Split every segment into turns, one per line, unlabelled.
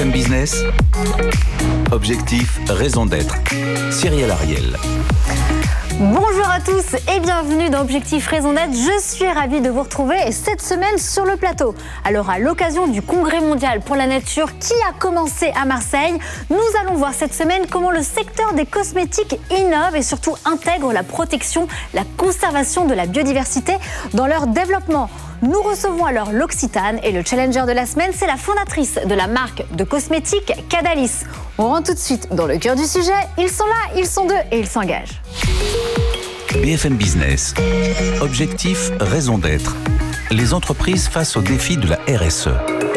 BFM Business, Objectif, raison d'être. Cyril Ariel.
Bonjour à tous et bienvenue dans Objectif Raison d'être. Je suis ravie de vous retrouver cette semaine sur le plateau. Alors à l'occasion du Congrès mondial pour la nature qui a commencé à Marseille, nous allons voir cette semaine comment le secteur des cosmétiques innove et surtout intègre la protection, la conservation de la biodiversité dans leur développement. Nous recevons alors l'Occitane et le challenger de la semaine, c'est la fondatrice de la marque de cosmétiques Cadalis. On rentre tout de suite dans le cœur du sujet. Ils sont là, ils sont deux et ils s'engagent.
BFM Business, Objectif, raison d'être. Les entreprises face aux défis de la RSE.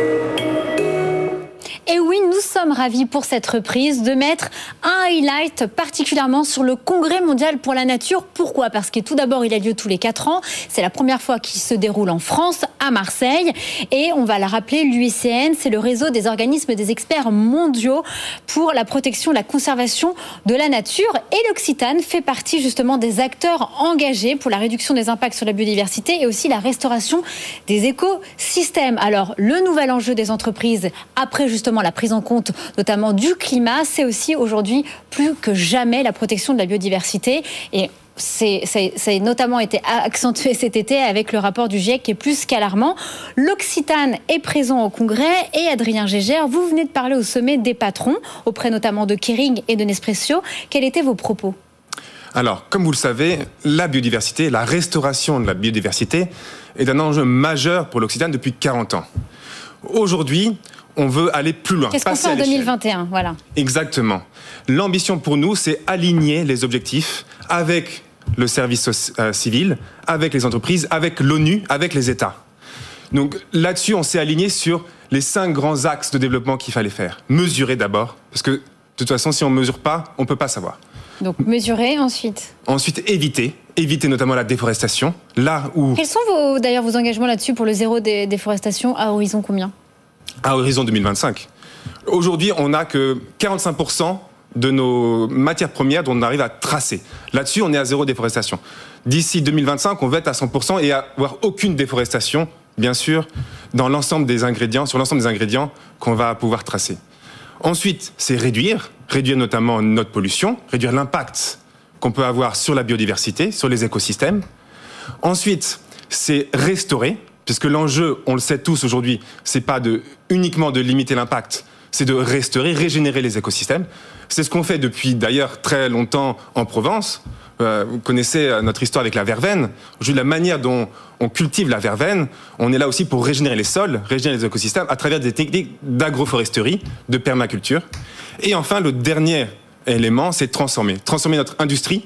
Et oui, nous sommes ravis pour cette reprise de mettre un highlight particulièrement sur le Congrès mondial pour la nature. Pourquoi ? Parce que tout d'abord, il a lieu tous les 4 ans. C'est la première fois qu'il se déroule en France, à Marseille. Et on va la rappeler, l'UICN, c'est le réseau des organismes des experts mondiaux pour la protection et la conservation de la nature. Et l'Occitane fait partie justement des acteurs engagés pour la réduction des impacts sur la biodiversité et aussi la restauration des écosystèmes. Alors, le nouvel enjeu des entreprises, après justement la prise en compte notamment du climat, c'est aussi aujourd'hui plus que jamais la protection de la biodiversité. Et ça a notamment été accentué cet été avec le rapport du GIEC qui est plus qu'alarmant. L'Occitane est présent au Congrès et Adrien Gégère, vous venez de parler au sommet des patrons, auprès notamment de Kering et de Nespresso. Quels étaient vos propos ?
Alors, comme vous le savez, la biodiversité, la restauration de la biodiversité est un enjeu majeur pour l'Occitane depuis 40 ans. Aujourd'hui, on veut aller plus loin.
Qu'est-ce qu'on fait en 2021 ? Voilà.
Exactement. L'ambition pour nous, c'est aligner les objectifs avec le service civil, avec les entreprises, avec l'ONU, avec les États. Donc là-dessus, on s'est aligné sur les 5 grands axes de développement qu'il fallait faire. Mesurer d'abord, parce que de toute façon, si on ne mesure pas, on ne peut pas savoir.
Donc mesurer, ensuite ?
Ensuite, éviter notamment la déforestation. Là où...
Quels sont d'ailleurs vos engagements là-dessus pour le zéro déforestation à horizon combien ?
À horizon 2025. Aujourd'hui, on n'a que 45% de nos matières premières dont on arrive à tracer. Là-dessus, on est à zéro déforestation. D'ici 2025, on va être à 100% et avoir aucune déforestation, bien sûr, sur l'ensemble des ingrédients qu'on va pouvoir tracer. Ensuite, c'est réduire notamment notre pollution, réduire l'impact qu'on peut avoir sur la biodiversité, sur les écosystèmes. Ensuite, c'est restaurer, puisque l'enjeu, on le sait tous aujourd'hui, c'est pas uniquement de limiter l'impact, c'est de restaurer, régénérer les écosystèmes. C'est ce qu'on fait depuis d'ailleurs très longtemps en Provence. Vous connaissez notre histoire avec la verveine. Aujourd'hui, la manière dont on cultive la verveine, on est là aussi pour régénérer les sols, régénérer les écosystèmes à travers des techniques d'agroforesterie, de permaculture. Et enfin, le dernier élément, c'est transformer notre industrie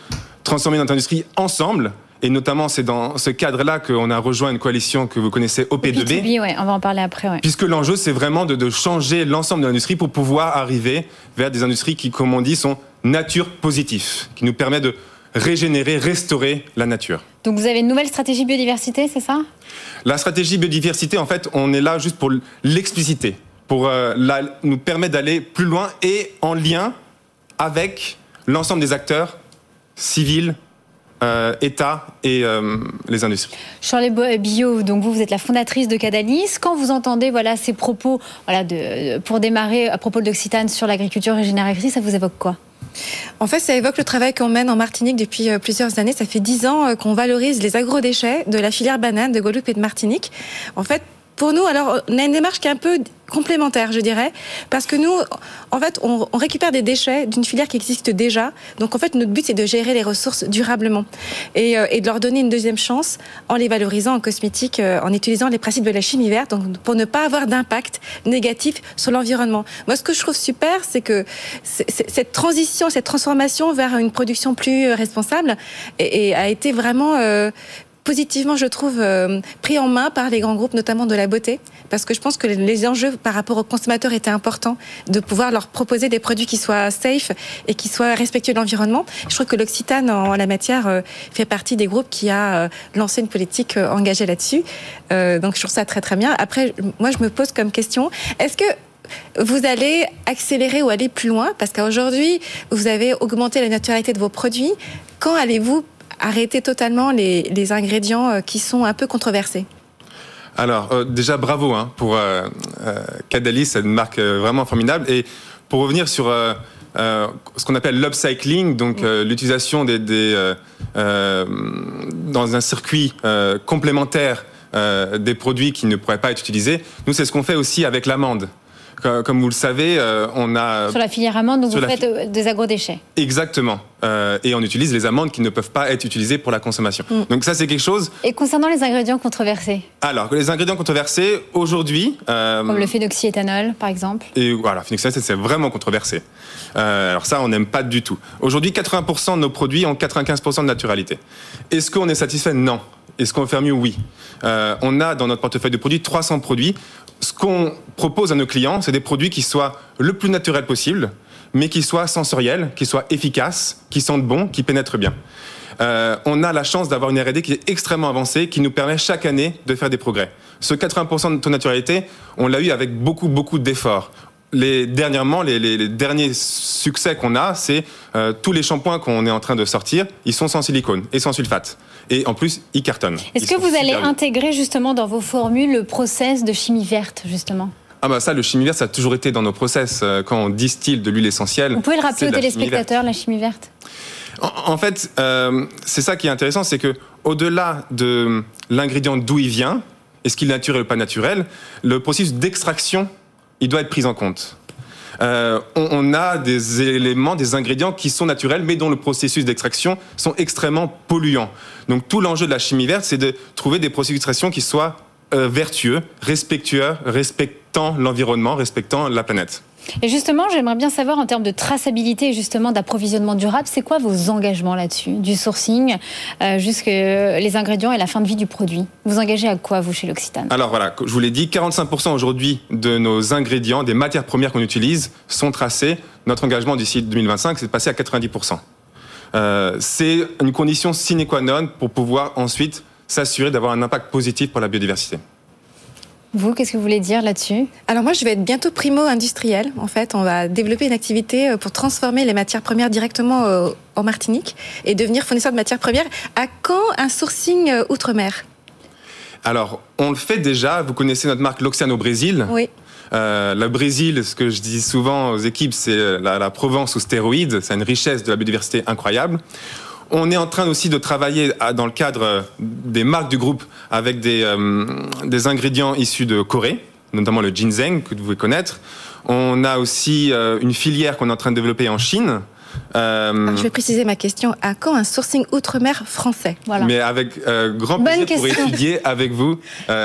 ensemble. Et notamment, c'est dans ce cadre-là qu'on a rejoint une coalition que vous connaissez, OP2B.
Oui, on va en parler après. Ouais.
Puisque l'enjeu, c'est vraiment de changer l'ensemble de l'industrie pour pouvoir arriver vers des industries qui, comme on dit, sont nature positifs, qui nous permettent de régénérer, restaurer la nature.
Donc vous avez une nouvelle stratégie biodiversité, c'est ça ?
La stratégie biodiversité, en fait, on est là juste pour l'expliciter, pour nous permettre d'aller plus loin et en lien avec l'ensemble des acteurs civils, État et les industries.
Charlie Bio, donc vous êtes la fondatrice de Cadalis. Quand vous entendez ces propos pour démarrer à propos de l'Occitane sur l'agriculture régénératrice, ça vous évoque quoi ?
En fait, ça évoque le travail qu'on mène en Martinique depuis plusieurs années. Ça fait 10 ans qu'on valorise les agrodéchets de la filière banane de Guadeloupe et de Martinique. En fait, pour nous, alors, on a une démarche qui est un peu complémentaire, je dirais, parce que nous, en fait, on récupère des déchets d'une filière qui existe déjà. Donc, en fait, notre but, c'est de gérer les ressources durablement et de leur donner une deuxième chance en les valorisant en cosmétique, en utilisant les principes de la chimie verte, donc pour ne pas avoir d'impact négatif sur l'environnement. Moi, ce que je trouve super, c'est que cette transition, cette transformation vers une production plus responsable a été vraiment positivement, je trouve, pris en main par les grands groupes, notamment de la beauté, parce que je pense que les enjeux par rapport aux consommateurs étaient importants, de pouvoir leur proposer des produits qui soient safe et qui soient respectueux de l'environnement. Je trouve que l'Occitane, en la matière, fait partie des groupes qui a lancé une politique engagée là-dessus. Donc je trouve ça très très bien. Après, moi je me pose comme question, est-ce que vous allez accélérer ou aller plus loin ? Parce qu'aujourd'hui, vous avez augmenté la naturalité de vos produits. Quand allez-vous arrêter totalement les ingrédients qui sont un peu controversés ?
Alors, déjà, bravo pour Caudalie, c'est une marque vraiment formidable. Et pour revenir sur ce qu'on appelle l'upcycling, donc l'utilisation dans un circuit complémentaire des produits qui ne pourraient pas être utilisés, nous, c'est ce qu'on fait aussi avec l'amande. Comme vous le savez, on a...
Sur la filière amande, donc vous faites des agrodéchets.
Exactement. Et on utilise les amandes qui ne peuvent pas être utilisées pour la consommation. Donc ça, c'est quelque chose...
Et concernant les ingrédients controversés? Alors,
les ingrédients controversés, aujourd'hui...
comme le phénoxyéthanol, par exemple.
Et voilà, phénoxyéthanol, c'est vraiment controversé. Alors ça, on n'aime pas du tout. Aujourd'hui, 80% de nos produits ont 95% de naturalité. Est-ce qu'on est satisfait? Non. Est-ce qu'on veut faire mieux? Oui. On a dans notre portefeuille de produits 300 produits. Ce qu'on propose à nos clients, c'est des produits qui soient le plus naturels possible, mais qui soient sensoriels, qui soient efficaces, qui sentent bon, qui pénètrent bien. On a la chance d'avoir une R&D qui est extrêmement avancée, qui nous permet chaque année de faire des progrès. Ce 80% de taux de naturalité, on l'a eu avec beaucoup, beaucoup d'efforts. Dernièrement, les derniers succès qu'on a, c'est tous les shampoings qu'on est en train de sortir, ils sont sans silicone et sans sulfate. Et en plus, ils cartonnent.
Est-ce que vous allez intégrer justement dans vos formules le process de chimie verte, justement? Ah
bah ça, le chimie verte, ça a toujours été dans nos process. Quand on distille de l'huile essentielle...
Vous pouvez le rappeler aux téléspectateurs, la chimie verte?
En fait, c'est ça qui est intéressant, c'est que au-delà de l'ingrédient d'où il vient, est-ce qu'il est naturel ou pas naturel, le processus d'extraction, il doit être pris en compte. On a des éléments, des ingrédients qui sont naturels, mais dont le processus d'extraction sont extrêmement polluants. Donc tout l'enjeu de la chimie verte, c'est de trouver des processus d'extraction qui soient vertueux, respectueux, respectant l'environnement, respectant la planète.
Et justement, j'aimerais bien savoir en termes de traçabilité et justement d'approvisionnement durable, c'est quoi vos engagements là-dessus? Du sourcing jusqu'aux les ingrédients et la fin de vie du produit. Vous engagez à quoi, vous, chez L'Occitane? Alors voilà, je vous l'ai dit, 45% aujourd'hui de nos ingrédients, des matières premières qu'on utilise, sont tracés. Notre engagement d'ici 2025, c'est de passer à 90%. C'est une condition sine qua non pour pouvoir ensuite s'assurer d'avoir un impact positif pour la biodiversité. Vous, qu'est-ce que vous voulez dire là-dessus?
Alors moi, je vais être bientôt primo-industriel. En fait, on va développer une activité pour transformer les matières premières directement en Martinique et devenir fournisseur de matières premières. À quand un sourcing outre-mer?
Alors, on le fait déjà. Vous connaissez notre marque L'Occitane au Brésil.
Oui.
Le Brésil, ce que je dis souvent aux équipes, c'est la Provence aux stéroïdes. C'est une richesse de la biodiversité incroyable. On est en train aussi de travailler dans le cadre des marques du groupe avec des ingrédients issus de Corée, notamment le ginseng que vous pouvez connaître. On a aussi une filière qu'on est en train de développer en Chine.
Je vais préciser ma question. À quand un sourcing outre-mer français?
Voilà. Mais avec grand plaisir pour étudier avec vous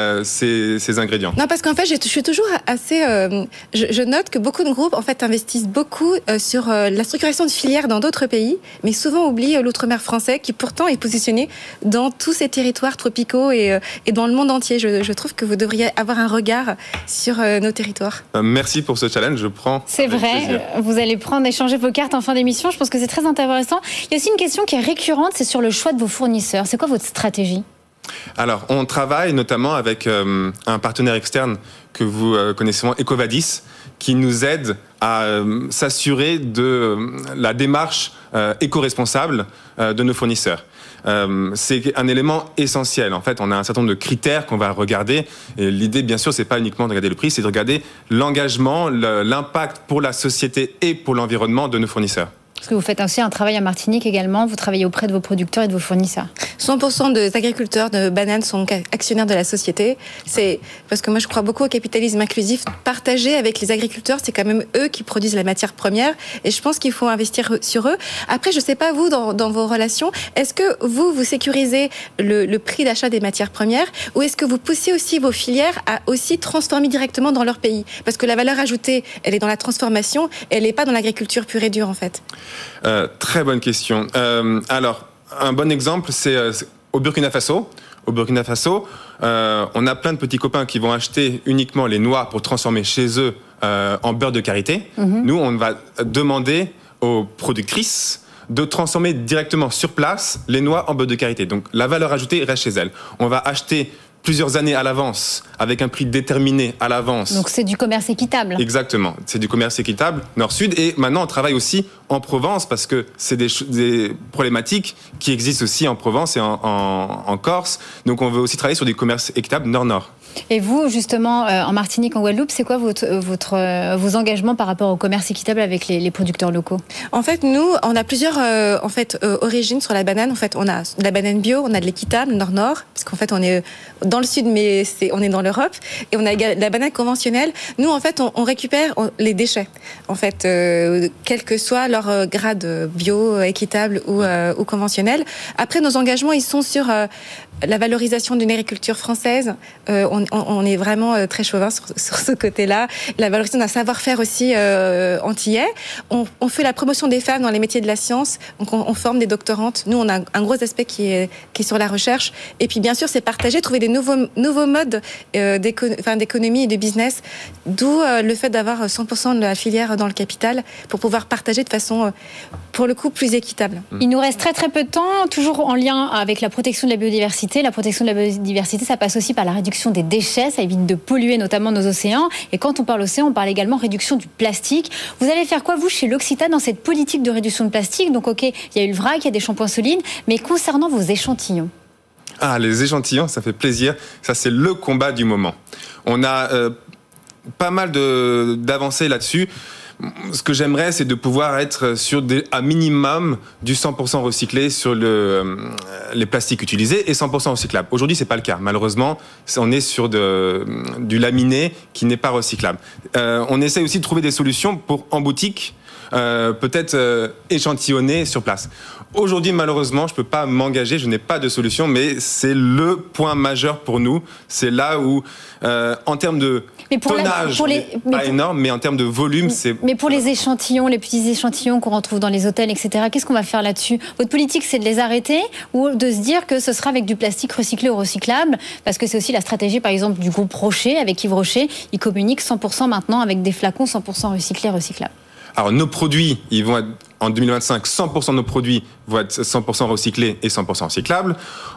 ces ingrédients.
Non, parce qu'en fait, je suis toujours assez... je note que beaucoup de groupes en fait, investissent beaucoup sur la structuration de filières dans d'autres pays, mais souvent oublient l'outre-mer français qui pourtant est positionné dans tous ces territoires tropicaux et dans le monde entier. Je trouve que vous devriez avoir un regard sur nos territoires.
Merci pour ce challenge, je prends.
C'est vrai, plaisir. Vous allez échanger vos cartes en fin d'émission. Je pense que c'est très intéressant. Il y a aussi une question qui est récurrente, c'est sur le choix de vos fournisseurs. C'est quoi votre stratégie?
Alors, on travaille notamment avec un partenaire externe que vous connaissez, Ecovadis, qui nous aide à s'assurer de la démarche éco-responsable de nos fournisseurs. C'est un élément essentiel. En fait, on a un certain nombre de critères qu'on va regarder. Et l'idée, bien sûr, c'est pas uniquement de regarder le prix, c'est de regarder l'engagement, l'impact pour la société et pour l'environnement de nos fournisseurs.
Parce que vous faites aussi un travail en Martinique également, vous travaillez auprès de vos producteurs et de vos fournisseurs.
100% des agriculteurs de bananes sont actionnaires de la société. C'est parce que moi je crois beaucoup au capitalisme inclusif. Partager avec les agriculteurs, c'est quand même eux qui produisent la matière première et je pense qu'il faut investir sur eux. Après, je ne sais pas vous, dans vos relations, est-ce que vous sécurisez le prix d'achat des matières premières ou est-ce que vous poussez aussi vos filières à aussi transformer directement dans leur pays? Parce que la valeur ajoutée, elle est dans la transformation, elle n'est pas dans l'agriculture pure et dure en fait.
Très bonne question. Alors, un bon exemple, c'est au Burkina Faso. Au Burkina Faso, on a plein de petits copains qui vont acheter uniquement les noix pour transformer chez eux en beurre de karité. Nous, on va demander aux productrices de transformer directement sur place les noix en beurre de karité. Donc, la valeur ajoutée reste chez elles. On va acheter plusieurs années à l'avance, avec un prix déterminé à l'avance.
Donc c'est du commerce équitable.
Exactement, c'est du commerce équitable, nord-sud. Et maintenant, on travaille aussi en Provence, parce que c'est des problématiques qui existent aussi en Provence et en Corse. Donc on veut aussi travailler sur du commerce équitable nord-nord.
Et vous, justement, en Martinique, en Guadeloupe, c'est quoi vos engagements par rapport au commerce équitable avec les producteurs locaux ?
En fait, nous, on a plusieurs origines sur la banane. En fait, on a de la banane bio, on a de l'équitable, nord-nord, parce qu'en fait, on est dans le sud, mais on est dans l'Europe. Et on a de la banane conventionnelle. Nous, en fait, on récupère les déchets, en fait, quel que soit leur grade bio, équitable ou conventionnel. Après, nos engagements, ils sont sur la valorisation d'une agriculture française. On est vraiment très chauvin sur ce côté-là. La valorisation d'un savoir-faire aussi antillais. On fait la promotion des femmes dans les métiers de la science. Donc on forme des doctorantes. Nous, on a un gros aspect qui est sur la recherche. Et puis, bien sûr, c'est partager, trouver des nouveaux modes d'économie et de business. D'où le fait d'avoir 100% de la filière dans le capital pour pouvoir partager de façon, pour le coup, plus équitable.
Il nous reste très très peu de temps, toujours en lien avec la protection de la biodiversité. La protection de la biodiversité, ça passe aussi par la réduction des déchets, ça évite de polluer notamment nos océans. Et quand on parle océan, on parle également réduction du plastique. Vous allez faire quoi, vous, chez l'Occitane, dans cette politique de réduction de plastique ? Donc, ok, il y a eu le vrac, il y a des shampoings solides, mais concernant vos échantillons.
Ah, les échantillons, ça fait plaisir. Ça, c'est le combat du moment. On a pas mal d'avancées là-dessus. Ce que j'aimerais, c'est de pouvoir être sur un minimum du 100% recyclé sur les plastiques utilisés et 100% recyclable. Aujourd'hui, c'est pas le cas. Malheureusement, on est sur du laminé qui n'est pas recyclable. On essaie aussi de trouver des solutions pour, en boutique, peut-être échantillonner sur place. Aujourd'hui, malheureusement, je peux pas m'engager, je n'ai pas de solution, mais c'est le point majeur pour nous. C'est là où, en termes de tonnage, pas énorme, mais en termes de volume, c'est...
Mais pour les échantillons, les petits échantillons qu'on retrouve dans les hôtels, etc., qu'est-ce qu'on va faire là-dessus ? Votre politique, c'est de les arrêter ou de se dire que ce sera avec du plastique recyclé ou recyclable ? Parce que c'est aussi la stratégie, par exemple, du groupe Rocher, avec Yves Rocher. Ils communiquent 100% maintenant avec des flacons 100% recyclés, recyclables.
Alors, nos produits, ils vont être, en 2025, 100% de nos produits vont être 100% recyclés et 100% recyclables.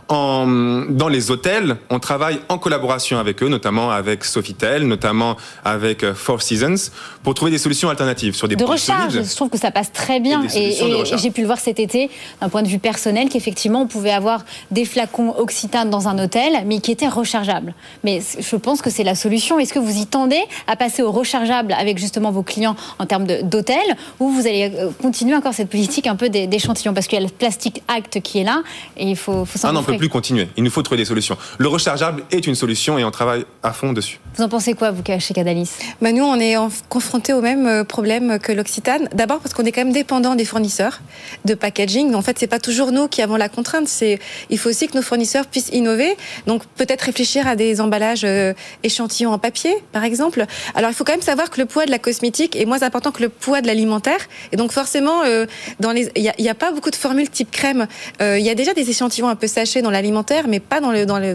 Dans les hôtels, on travaille en collaboration avec eux, notamment avec Sofitel, notamment avec Four Seasons, pour trouver des solutions alternatives sur des
de recharge. Je trouve que ça passe très bien. Et j'ai pu le voir cet été, d'un point de vue personnel, qu'effectivement, on pouvait avoir des flacons Occitane dans un hôtel, mais qui étaient rechargeables. Mais je pense que c'est la solution. Est-ce que vous y tendez à passer au rechargeable avec justement vos clients en termes d'hôtel, ou vous allez continuer encore cette politique un peu d'échantillons, parce qu'il y a le Plastic Act qui est là et il faut s'en
on ne peut plus continuer. Il nous faut trouver des solutions. Le rechargeable est une solution et on travaille à fond dessus.
Vous en pensez quoi, vous, chez Cadalis ?
Nous, on est confrontés au même problème que l'Occitane. D'abord parce qu'on est quand même dépendant des fournisseurs de packaging. En fait, c'est pas toujours nous qui avons la contrainte. Il faut aussi que nos fournisseurs puissent innover. Donc, peut-être réfléchir à des emballages échantillons en papier, par exemple. Alors, il faut quand même savoir que le poids de la cosmétique est moins important que le poids de l'alimentaire. Et donc, forcément, il y a pas beaucoup de formules type crème. Il y a déjà des échantillons un peu sachés dans l'alimentaire, mais pas dans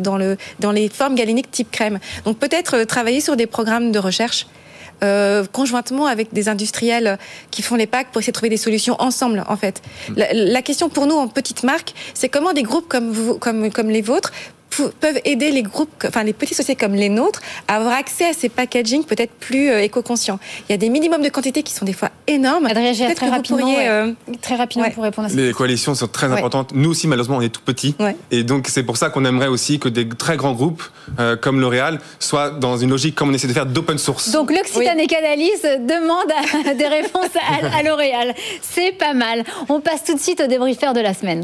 les formes galéniques type crème. Donc, peut-être travailler sur des programmes de recherche conjointement avec des industriels qui font les packs pour essayer de trouver des solutions ensemble, en fait. La question pour nous, en petite marque, c'est comment des groupes comme vous, comme les vôtres, peuvent aider les groupes, enfin les petites sociétés comme les nôtres, à avoir accès à ces packaging peut-être plus éco-conscients. Il y a des minimums de quantité qui sont des fois énormes.
Adrien, très rapidement pour répondre à ça.
Les coalitions sont très importantes. Nous aussi, malheureusement, on est tout petits. Et donc, c'est pour ça qu'on aimerait aussi que des très grands groupes comme L'Oréal soient dans une logique comme on essaie de faire d'open source.
Donc, l'Occitane et Cadalis demandent des réponses à L'Oréal. C'est pas mal. On passe tout de suite au débriefeur de la semaine.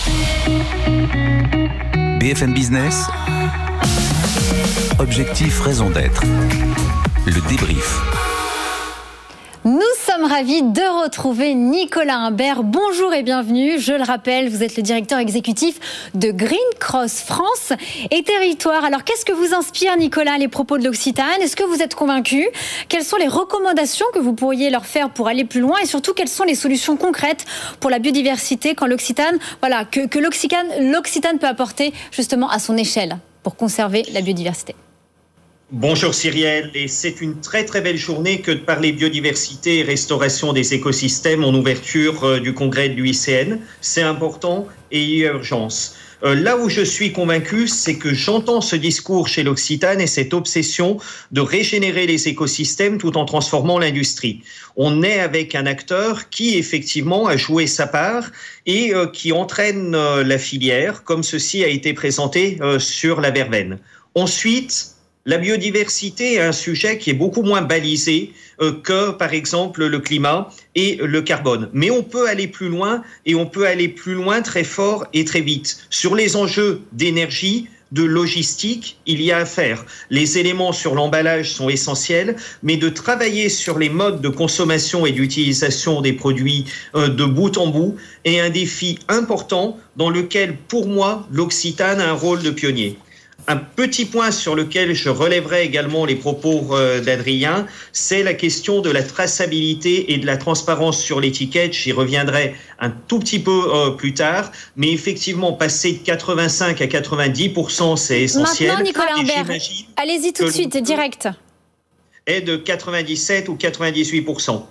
BFM Business, objectif, raison d'être, le débrief.
Nous sommes ravis de retrouver Nicolas Imbert. Bonjour et bienvenue. Je le rappelle, vous êtes le directeur exécutif de Green Cross France et Territoire. Alors, qu'est-ce que vous inspire, Nicolas, les propos de l'Occitane ? Est-ce que vous êtes convaincu ? Quelles sont les recommandations que vous pourriez leur faire pour aller plus loin ? Et surtout, quelles sont les solutions concrètes pour la biodiversité quand l'Occitane, que l'Occitane peut apporter justement à son échelle pour conserver la biodiversité ?
Bonjour Cyrielle, et c'est une très très belle journée que de parler biodiversité et restauration des écosystèmes en ouverture du congrès de l'UICN. C'est important et il y a urgence. Là où je suis convaincu, c'est que j'entends ce discours chez l'Occitane et cette obsession de régénérer les écosystèmes tout en transformant l'industrie. On est avec un acteur qui effectivement a joué sa part et qui entraîne la filière, comme ceci a été présenté sur la verveine. Ensuite, La biodiversité est un sujet qui est beaucoup moins balisé que, par exemple, le climat et le carbone. Mais on peut aller plus loin, et on peut aller plus loin très fort et très vite. Sur les enjeux d'énergie, de logistique, il y a à faire. Les éléments sur l'emballage sont essentiels, mais de travailler sur les modes de consommation et d'utilisation des produits de bout en bout est un défi important dans lequel, pour moi, l'Occitane a un rôle de pionnier. Un petit point sur lequel je relèverai également les propos d'Adrien, c'est la question de la traçabilité et de la transparence sur l'étiquette. J'y reviendrai un tout petit peu plus tard, mais effectivement, passer de 85 à 90%, c'est essentiel.
Maintenant, Nicolas Imbert, allez-y tout de suite, direct.
Est de 97 ou 98%.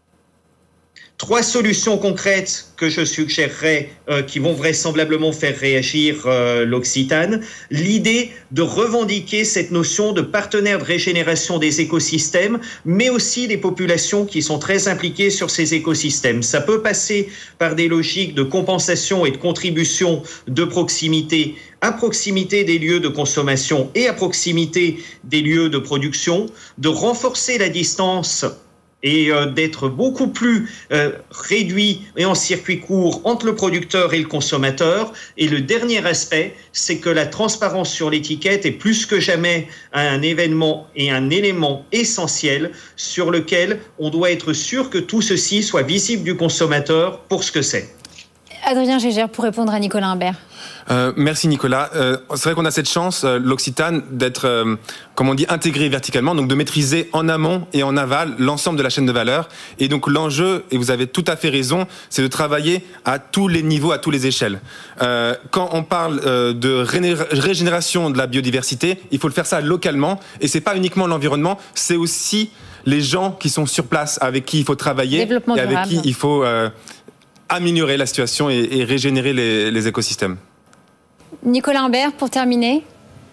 3 solutions concrètes que je suggérerais qui vont vraisemblablement faire réagir l'Occitane. L'idée de revendiquer cette notion de partenaire de régénération des écosystèmes, mais aussi des populations qui sont très impliquées sur ces écosystèmes. Ça peut passer par des logiques de compensation et de contribution de proximité, à proximité des lieux de consommation et à proximité des lieux de production, de renforcer la distance et d'être beaucoup plus réduit et en circuit court entre le producteur et le consommateur. Et le dernier aspect, c'est que la transparence sur l'étiquette est plus que jamais un événement et un élément essentiel sur lequel on doit être sûr que tout ceci soit visible du consommateur pour ce que c'est.
Adrien Gégère, pour répondre à Nicolas Imbert.
Merci Nicolas. C'est vrai qu'on a cette chance, l'Occitane, d'être, comme on dit, intégré verticalement, donc de maîtriser en amont et en aval l'ensemble de la chaîne de valeur. Et donc l'enjeu, et vous avez tout à fait raison, c'est de travailler à tous les niveaux, à toutes les échelles. Quand on parle de régénération de la biodiversité, il faut le faire ça localement. Et c'est pas uniquement l'environnement, c'est aussi les gens qui sont sur place, avec qui il faut travailler et avec qui il faut améliorer la situation et régénérer les écosystèmes.
Nicolas Imbert, pour terminer.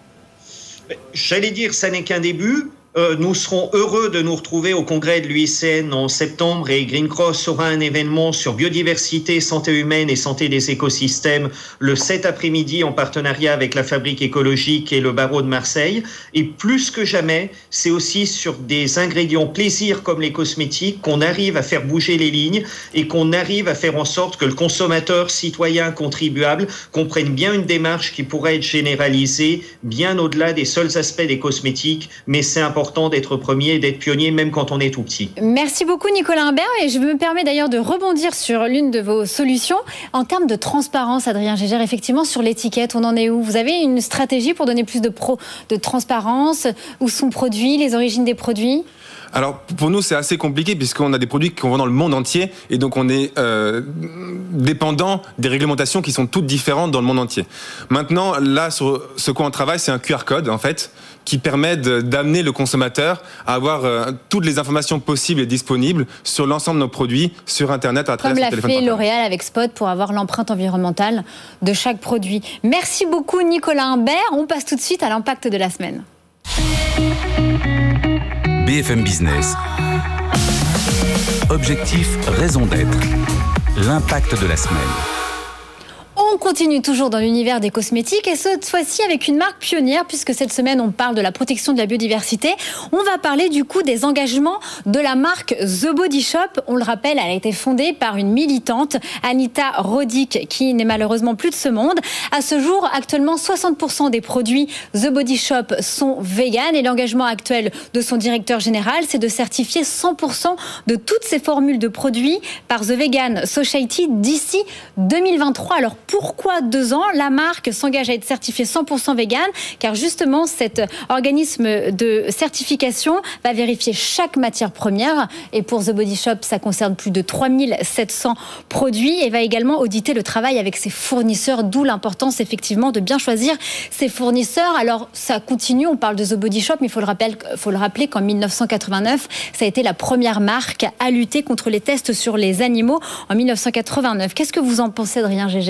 J'allais dire, ça n'est qu'un début. Nous serons heureux de nous retrouver au congrès de l'UICN en septembre et Green Cross aura un événement sur biodiversité, santé humaine et santé des écosystèmes le 7 après-midi en partenariat avec la Fabrique écologique et le barreau de Marseille. Et plus que jamais, c'est aussi sur des ingrédients plaisir comme les cosmétiques qu'on arrive à faire bouger les lignes et qu'on arrive à faire en sorte que le consommateur, citoyen, contribuable comprenne bien une démarche qui pourrait être généralisée bien au-delà des seuls aspects des cosmétiques, mais c'est important d'être premier et d'être pionnier même quand on est tout petit.
Merci beaucoup Nicolas Imbert et je me permets d'ailleurs de rebondir sur l'une de vos solutions. En termes de transparence, Adrien Gégère, effectivement sur l'étiquette, on en est où ? Vous avez une stratégie pour donner plus de transparence ? Où sont produits, les origines des produits ?
Alors pour nous c'est assez compliqué puisqu'on a des produits qu'on vend dans le monde entier et donc on est dépendant des réglementations qui sont toutes différentes dans le monde entier. Maintenant là sur ce quoi on travaille c'est un QR code en fait qui permet d'amener le consommateur à avoir toutes les informations possibles et disponibles sur l'ensemble de nos produits sur Internet à travers son téléphone portable.
Comme l'a fait L'Oréal avec Spot pour avoir l'empreinte environnementale de chaque produit. Merci beaucoup Nicolas Imbert. On passe tout de suite à l'impact de la semaine.
BFM Business. Objectif, raison d'être. L'impact de la semaine.
On continue toujours dans l'univers des cosmétiques et cette fois-ci avec une marque pionnière puisque cette semaine on parle de la protection de la biodiversité. On va parler du coup des engagements de la marque The Body Shop. On le rappelle, elle a été fondée par une militante, Anita Roddick, qui n'est malheureusement plus de ce monde. À ce jour, actuellement 60% des produits The Body Shop sont véganes et l'engagement actuel de son directeur général, c'est de certifier 100% de toutes ces formules de produits par The Vegan Society d'ici 2023. Alors pourquoi 2 ans ? La marque s'engage à être certifiée 100% vegan, car justement cet organisme de certification va vérifier chaque matière première. Et pour The Body Shop, ça concerne plus de 3700 produits et va également auditer le travail avec ses fournisseurs, d'où l'importance effectivement de bien choisir ses fournisseurs. Alors ça continue, on parle de The Body Shop, mais il faut le rappeler qu'en 1989, ça a été la première marque à lutter contre les tests sur les animaux en 1989. Qu'est-ce que vous en pensez, Adrien Gégère ?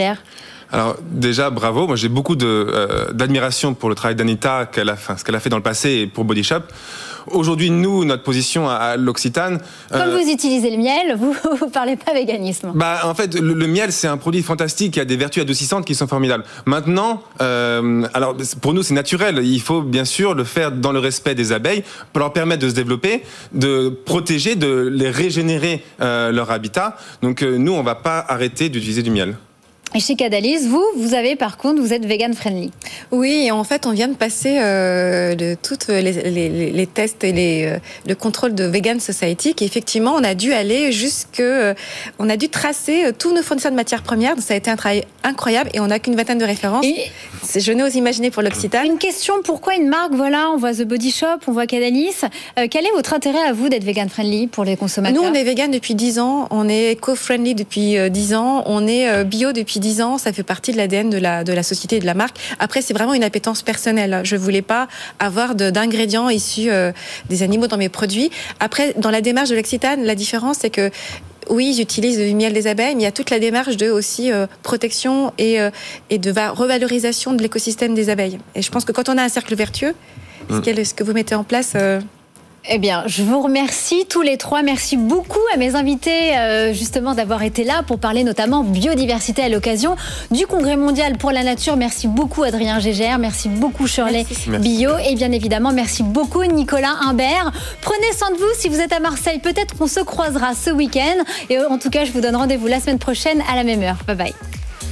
Alors déjà, bravo. Moi, j'ai beaucoup d'admiration pour le travail d'Anita, ce qu'elle a fait dans le passé et pour Body Shop. Aujourd'hui, nous, notre position à l'Occitane...
Comme vous utilisez le miel, vous ne parlez pas véganisme.
En fait, le miel, c'est un produit fantastique qui a des vertus adoucissantes qui sont formidables. Maintenant, alors pour nous, c'est naturel. Il faut bien sûr le faire dans le respect des abeilles pour leur permettre de se développer, de protéger, de les régénérer leur habitat. Donc nous, on ne va pas arrêter d'utiliser du miel.
Et chez Cadalis, vous êtes vegan friendly.
Oui, et en fait, on vient de passer toutes les tests et le contrôle de Vegan Society. Et effectivement, on a dû aller on a dû tracer tous nos fournisseurs de matières premières. Donc, ça a été un travail incroyable et on n'a qu'une vingtaine de références. Je n'ose imaginer pour l'Occitane.
Une question, pourquoi une marque, on voit The Body Shop, on voit Cadalis. Quel est votre intérêt à vous d'être vegan friendly pour les consommateurs ?
Nous, on est vegan depuis 10 ans, on est eco-friendly depuis 10 ans, on est bio depuis 10 ans, ça fait partie de l'ADN de la société et de la marque. Après, c'est vraiment une appétence personnelle. Je ne voulais pas avoir d'ingrédients issus des animaux dans mes produits. Après, dans la démarche de l'Occitane, la différence, c'est que oui, j'utilise du miel des abeilles, mais il y a toute la démarche de aussi protection et de revalorisation de l'écosystème des abeilles. Et je pense que quand on a un cercle vertueux, ce que vous mettez en place...
Eh bien, je vous remercie tous les trois. Merci beaucoup à mes invités justement d'avoir été là pour parler notamment biodiversité à l'occasion du Congrès mondial pour la nature. Merci beaucoup Adrien Gégère, merci beaucoup Shirley Bio et bien évidemment merci beaucoup Nicolas Imbert. Prenez soin de vous si vous êtes à Marseille. Peut-être qu'on se croisera ce week-end. Et en tout cas, je vous donne rendez-vous la semaine prochaine à la même heure. Bye bye.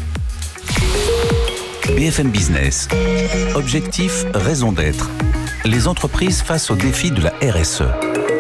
BFM Business. Objectif, raison d'être. Les entreprises face aux défis de la RSE.